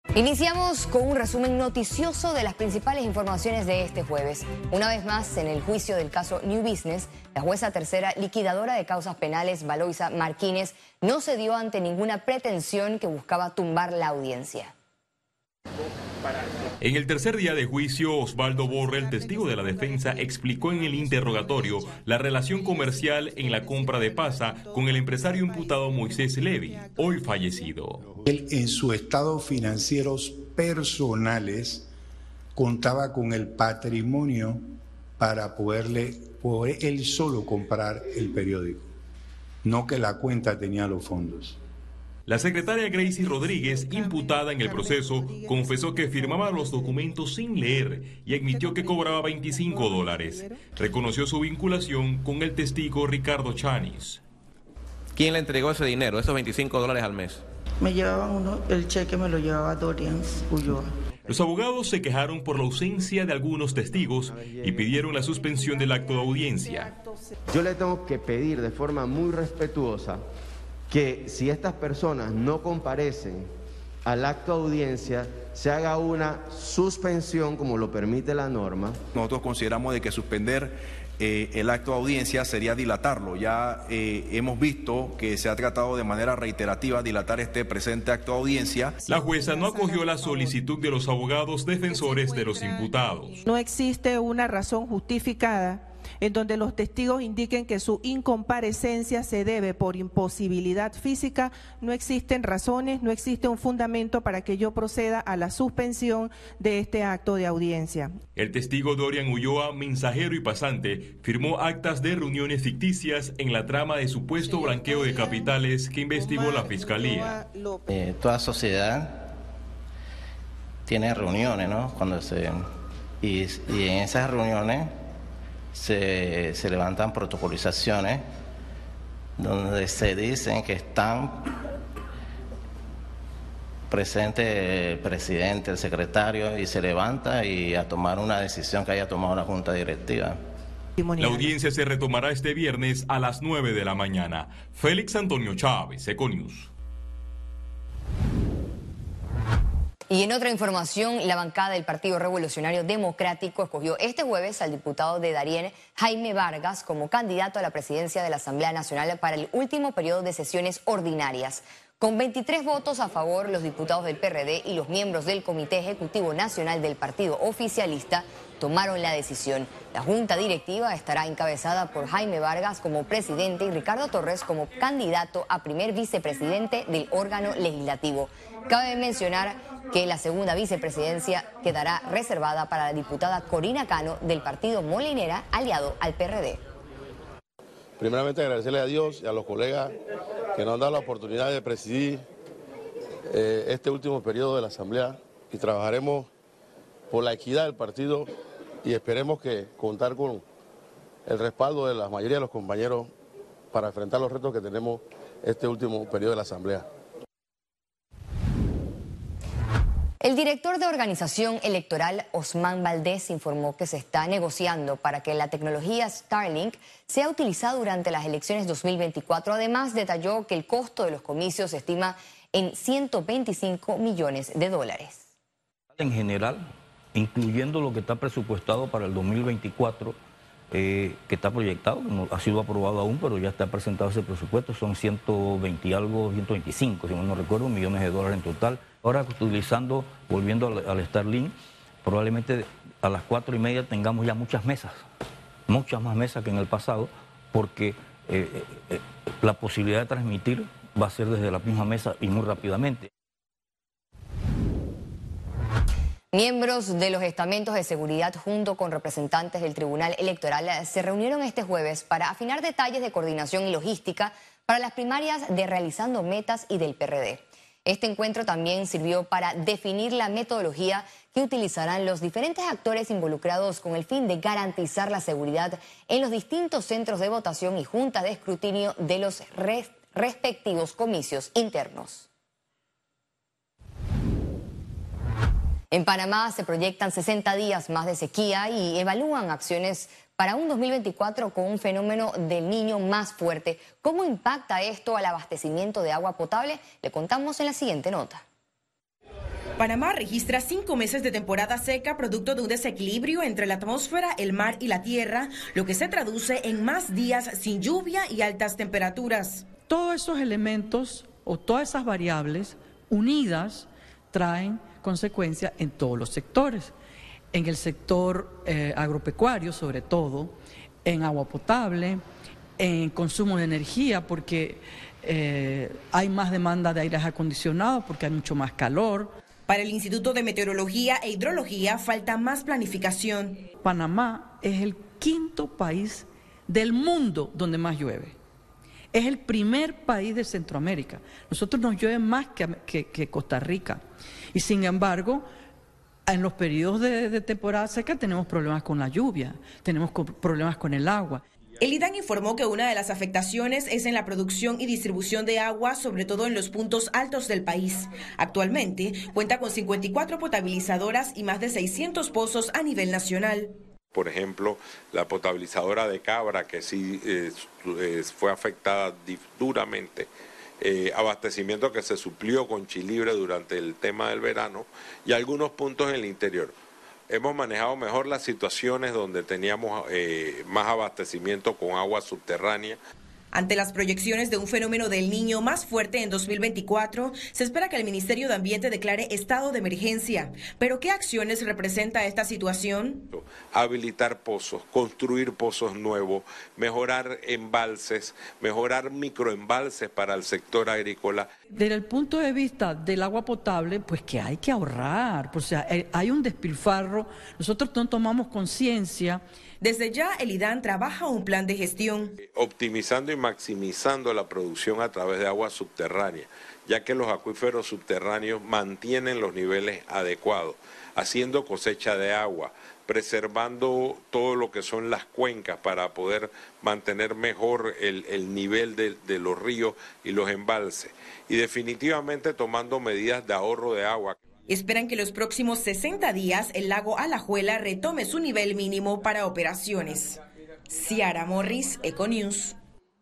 Iniciamos con un resumen noticioso de las principales informaciones de este jueves. Una vez más, en el juicio del caso New Business, la jueza tercera liquidadora de causas penales, Valoisa Martínez, no cedió ante ninguna pretensión que buscaba tumbar la audiencia. En el tercer día de juicio, Osvaldo Borrell, testigo de la defensa, explicó en el interrogatorio la relación comercial en la compra de Pasa con el empresario imputado Moisés Levy, hoy fallecido. Él, en sus estados financieros personales, contaba con el patrimonio para poder él solo comprar el periódico, no que la cuenta tenía los fondos. La secretaria Gracie Rodríguez, imputada en el proceso, confesó que firmaba los documentos sin leer y admitió que cobraba $25. Reconoció su vinculación con el testigo Ricardo Chanis. ¿Quién le entregó ese dinero, esos $25 al mes? Me llevaban el cheque me lo llevaba Dorian Ulloa. Los abogados se quejaron por la ausencia de algunos testigos y pidieron la suspensión del acto de audiencia. Yo le tengo que pedir de forma muy respetuosa que si estas personas no comparecen al acto de audiencia, se haga una suspensión como lo permite la norma. Nosotros consideramos de que suspender el acto de audiencia sería dilatarlo. Ya hemos visto que se ha tratado de manera reiterativa dilatar este presente acto de audiencia. La jueza no acogió la solicitud de los abogados defensores de los imputados. No existe una razón justificada en donde los testigos indiquen que su incomparecencia se debe por imposibilidad física. No existen razones, no existe un fundamento para que yo proceda a la suspensión de este acto de audiencia. El testigo Dorian Ulloa, mensajero y pasante, firmó actas de reuniones ficticias en la trama de supuesto blanqueo de capitales que investigó la Fiscalía. Toda sociedad tiene reuniones, ¿no? Y en esas reuniones se levantan protocolizaciones donde se dicen que están presentes el presidente, el secretario, y se levanta y a tomar una decisión que haya tomado la junta directiva. La audiencia se retomará este viernes a las 9 de la mañana. Félix Antonio Chávez, Econius. Y en otra información, la bancada del Partido Revolucionario Democrático escogió este jueves al diputado de Darién, Jaime Vargas, como candidato a la presidencia de la Asamblea Nacional para el último periodo de sesiones ordinarias. Con 23 votos a favor, los diputados del PRD y los miembros del Comité Ejecutivo Nacional del Partido Oficialista tomaron la decisión. La junta directiva estará encabezada por Jaime Vargas como presidente y Ricardo Torres como candidato a primer vicepresidente del órgano legislativo. Cabe mencionar que la segunda vicepresidencia quedará reservada para la diputada Corina Cano del partido Molinera, aliado al PRD. Primeramente agradecerle a Dios y a los colegas que nos han dado la oportunidad de presidir este último periodo de la Asamblea, y trabajaremos por la equidad del partido y esperemos que contar con el respaldo de la mayoría de los compañeros para enfrentar los retos que tenemos este último periodo de la Asamblea. El director de organización electoral, Osman Valdés, informó que se está negociando para que la tecnología Starlink sea utilizada durante las elecciones 2024. Además, detalló que el costo de los comicios se estima en $125 millones. En general, incluyendo lo que está presupuestado para el 2024, que está proyectado, no ha sido aprobado aún, pero ya está presentado ese presupuesto, son 120 y algo, 125, si mal no recuerdo, millones de dólares en total. Ahora, volviendo al Starlink, probablemente a las 4:30 tengamos ya muchas más mesas que en el pasado, porque la posibilidad de transmitir va a ser desde la misma mesa y muy rápidamente. Miembros de los estamentos de seguridad junto con representantes del Tribunal Electoral se reunieron este jueves para afinar detalles de coordinación y logística para las primarias de Realizando Metas y del PRD. Este encuentro también sirvió para definir la metodología que utilizarán los diferentes actores involucrados con el fin de garantizar la seguridad en los distintos centros de votación y juntas de escrutinio de los respectivos comicios internos. En Panamá se proyectan 60 días más de sequía y evalúan acciones para un 2024 con un fenómeno del Niño más fuerte. ¿Cómo impacta esto al abastecimiento de agua potable? Le contamos en la siguiente nota. Panamá registra 5 meses de temporada seca producto de un desequilibrio entre la atmósfera, el mar y la tierra, lo que se traduce en más días sin lluvia y altas temperaturas. Todos esos elementos o todas esas variables unidas traen consecuencias en todos los sectores. En el sector agropecuario, sobre todo, en agua potable, en consumo de energía, porque hay más demanda de aires acondicionados, porque hay mucho más calor. Para el Instituto de Meteorología e Hidrología falta más planificación. Panamá es el 5º país del mundo donde más llueve. Es el primer país de Centroamérica. Nosotros nos llueve más que Costa Rica. Y sin embargo, en los periodos de temporada seca tenemos problemas con la lluvia, tenemos problemas con el agua. El IDAN informó que una de las afectaciones es en la producción y distribución de agua, sobre todo en los puntos altos del país. Actualmente cuenta con 54 potabilizadoras y más de 600 pozos a nivel nacional. Por ejemplo, la potabilizadora de Cabra, que sí fue afectada duramente, abastecimiento que se suplió con Chilibre durante el tema del verano y algunos puntos en el interior. Hemos manejado mejor las situaciones donde teníamos más abastecimiento con agua subterránea. Ante las proyecciones de un fenómeno del Niño más fuerte en 2024, se espera que el Ministerio de Ambiente declare estado de emergencia. ¿Pero qué acciones representa esta situación? Habilitar pozos, construir pozos nuevos, mejorar embalses, mejorar microembalses para el sector agrícola. Desde el punto de vista del agua potable, pues que hay que ahorrar, o sea, hay un despilfarro, nosotros no tomamos conciencia. Desde ya, el IDAN trabaja un plan de gestión. Optimizando y maximizando la producción a través de agua subterránea, ya que los acuíferos subterráneos mantienen los niveles adecuados, haciendo cosecha de agua, preservando todo lo que son las cuencas para poder mantener mejor el nivel de los ríos y los embalses, y definitivamente tomando medidas de ahorro de agua. Esperan que los próximos 60 días el lago Alajuela retome su nivel mínimo para operaciones. Ciara Morris, Econews.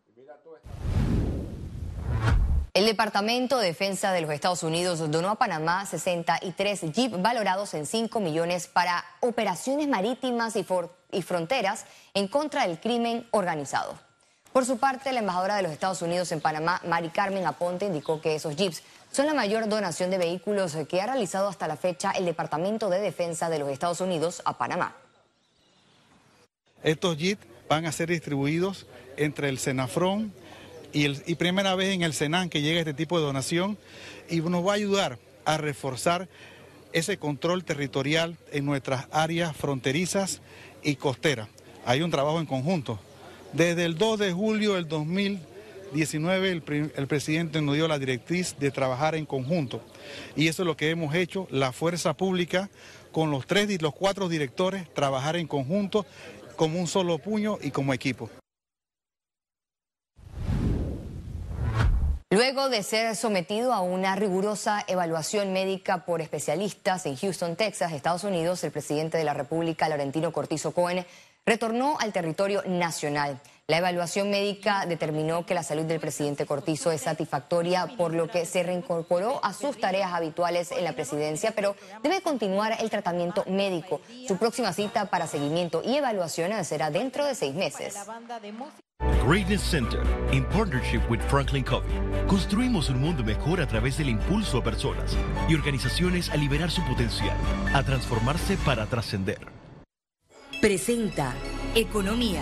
El Departamento de Defensa de los Estados Unidos donó a Panamá 63 jeeps valorados en 5 millones para operaciones marítimas y fronteras en contra del crimen organizado. Por su parte, la embajadora de los Estados Unidos en Panamá, Mari Carmen Aponte, indicó que esos jeeps son la mayor donación de vehículos que ha realizado hasta la fecha el Departamento de Defensa de los Estados Unidos a Panamá. Estos jeeps van a ser distribuidos entre el Senafron y primera vez en el Senan que llega este tipo de donación, y nos va a ayudar a reforzar ese control territorial en nuestras áreas fronterizas y costeras. Hay un trabajo en conjunto. Desde el 2 de julio del 2019 el presidente nos dio la directriz de trabajar en conjunto, y eso es lo que hemos hecho, la fuerza pública con los 4 directores, trabajar en conjunto como un solo puño y como equipo. Luego de ser sometido a una rigurosa evaluación médica por especialistas en Houston, Texas, Estados Unidos, el presidente de la República, Laurentino Cortizo Cohen, retornó al territorio nacional. La evaluación médica determinó que la salud del presidente Cortizo es satisfactoria, por lo que se reincorporó a sus tareas habituales en la presidencia, pero debe continuar el tratamiento médico. Su próxima cita para seguimiento y evaluación será dentro de 6 meses. Greatness Center, en partnership with Franklin Covey, construimos un mundo mejor a través del impulso a personas y organizaciones a liberar su potencial, a transformarse para trascender. Presenta Economía.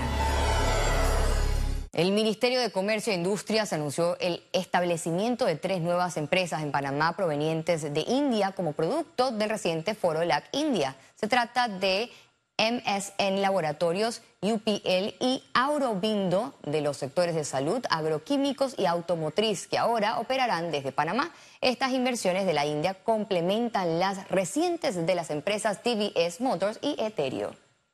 El Ministerio de Comercio e Industrias anunció el establecimiento de 3 nuevas empresas en Panamá provenientes de India como producto del reciente foro LAC India. Se trata de MSN Laboratorios, UPL y Aurobindo de los sectores de salud, agroquímicos y automotriz, que ahora operarán desde Panamá. Estas inversiones de la India complementan las recientes de las empresas TVS Motors y Eterio.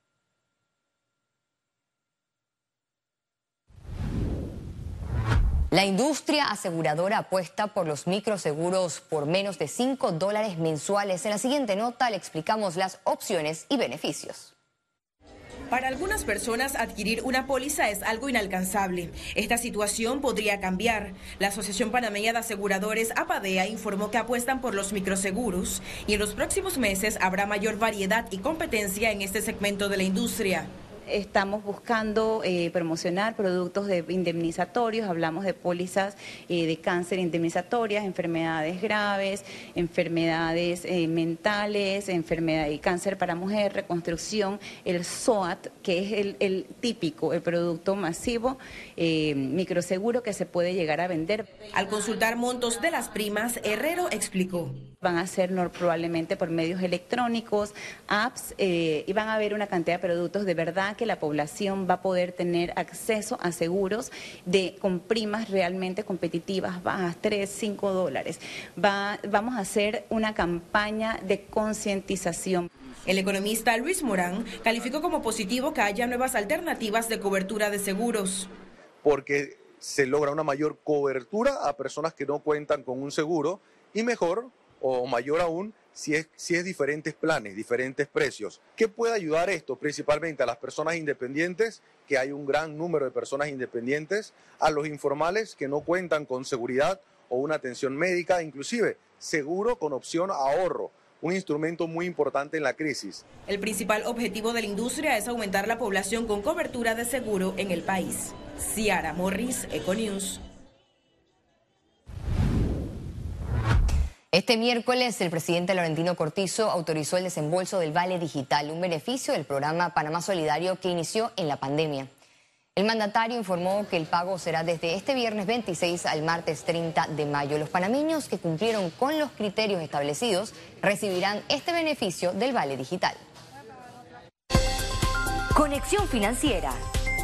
La industria aseguradora apuesta por los microseguros por menos de $5 mensuales. En la siguiente nota le explicamos las opciones y beneficios. Para algunas personas, adquirir una póliza es algo inalcanzable. Esta situación podría cambiar. La Asociación Panameña de Aseguradores, APADEA, informó que apuestan por los microseguros y en los próximos meses habrá mayor variedad y competencia en este segmento de la industria. Estamos buscando promocionar productos indemnizatorios, hablamos de pólizas de cáncer indemnizatorias, enfermedades graves, enfermedades mentales, enfermedad y cáncer para mujer, reconstrucción, el SOAT, que es el típico, el producto masivo, microseguro que se puede llegar a vender. Al consultar montos de las primas, Herrero explicó. Van a ser probablemente por medios electrónicos, apps, y van a haber una cantidad de productos de verdad que la población va a poder tener acceso a seguros con primas realmente competitivas, bajas, 3, 5 dólares. Vamos a hacer una campaña de concientización. El economista Luis Morán calificó como positivo que haya nuevas alternativas de cobertura de seguros. Porque se logra una mayor cobertura a personas que no cuentan con un seguro y mejor o mayor aún si es diferentes planes, diferentes precios. ¿Qué puede ayudar esto? Principalmente a las personas independientes, que hay un gran número de personas independientes, a los informales que no cuentan con seguridad o una atención médica, inclusive seguro con opción a ahorro, un instrumento muy importante en la crisis. El principal objetivo de la industria es aumentar la población con cobertura de seguro en el país. Ciara Morris, Econews. Este miércoles, el presidente Laurentino Cortizo autorizó el desembolso del Vale Digital, un beneficio del programa Panamá Solidario que inició en la pandemia. El mandatario informó que el pago será desde este viernes 26 al martes 30 de mayo. Los panameños que cumplieron con los criterios establecidos recibirán este beneficio del Vale Digital. Conexión Financiera.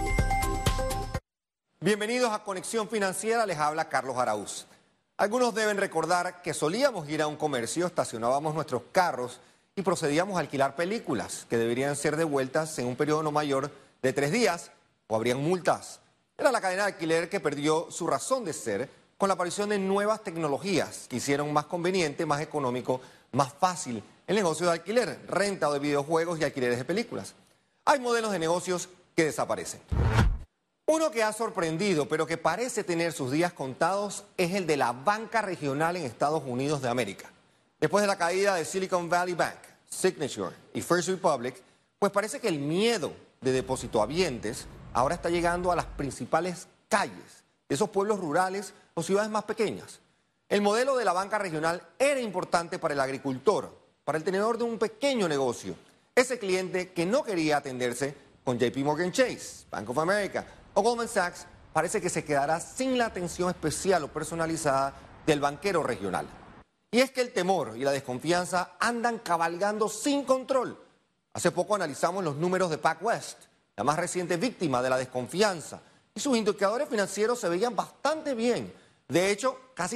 Bienvenidos a Conexión Financiera, les habla Carlos Araúz. Algunos deben recordar que solíamos ir a un comercio, estacionábamos nuestros carros y procedíamos a alquilar películas que deberían ser devueltas en un periodo no mayor de 3 días o habrían multas. Era la cadena de alquiler que perdió su razón de ser con la aparición de nuevas tecnologías que hicieron más conveniente, más económico, más fácil el negocio de alquiler, renta de videojuegos y alquileres de películas. Hay modelos de negocios que desaparecen. Uno que ha sorprendido, pero que parece tener sus días contados, es el de la banca regional en Estados Unidos de América. Después de la caída de Silicon Valley Bank, Signature y First Republic, pues parece que el miedo de depositohabientes ahora está llegando a las principales calles de esos pueblos rurales o ciudades más pequeñas. El modelo de la banca regional era importante para el agricultor, para el tenedor de un pequeño negocio, ese cliente que no quería atenderse con JP Morgan Chase, Bank of America o Goldman Sachs, parece que se quedará sin la atención especial o personalizada del banquero regional. Y es que el temor y la desconfianza andan cabalgando sin control. Hace poco analizamos los números de PacWest, la más reciente víctima de la desconfianza, y sus indicadores financieros se veían bastante bien. De hecho, casi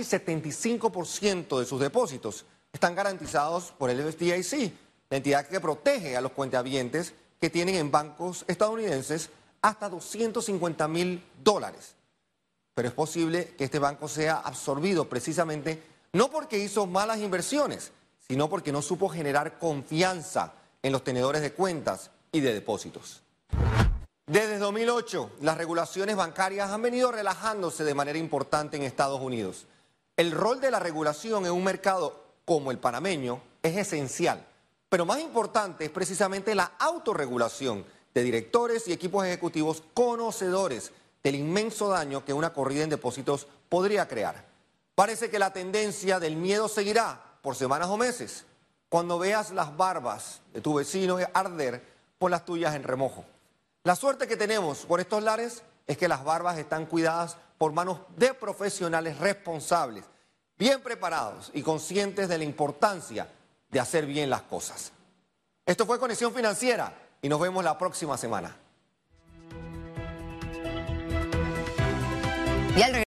75% de sus depósitos están garantizados por el FDIC, la entidad que protege a los cuentahabientes que tienen en bancos estadounidenses hasta $250.000. Pero es posible que este banco sea absorbido precisamente no porque hizo malas inversiones, sino porque no supo generar confianza en los tenedores de cuentas y de depósitos. Desde 2008, las regulaciones bancarias han venido relajándose de manera importante en Estados Unidos. El rol de la regulación en un mercado como el panameño es esencial, pero más importante es precisamente la autorregulación de directores y equipos ejecutivos conocedores del inmenso daño que una corrida en depósitos podría crear. Parece que la tendencia del miedo seguirá por semanas o meses, cuando veas las barbas de tu vecino arder por las tuyas en remojo. La suerte que tenemos por estos lares es que las barbas están cuidadas por manos de profesionales responsables, bien preparados y conscientes de la importancia de hacer bien las cosas. Esto fue Conexión Financiera y nos vemos la próxima semana.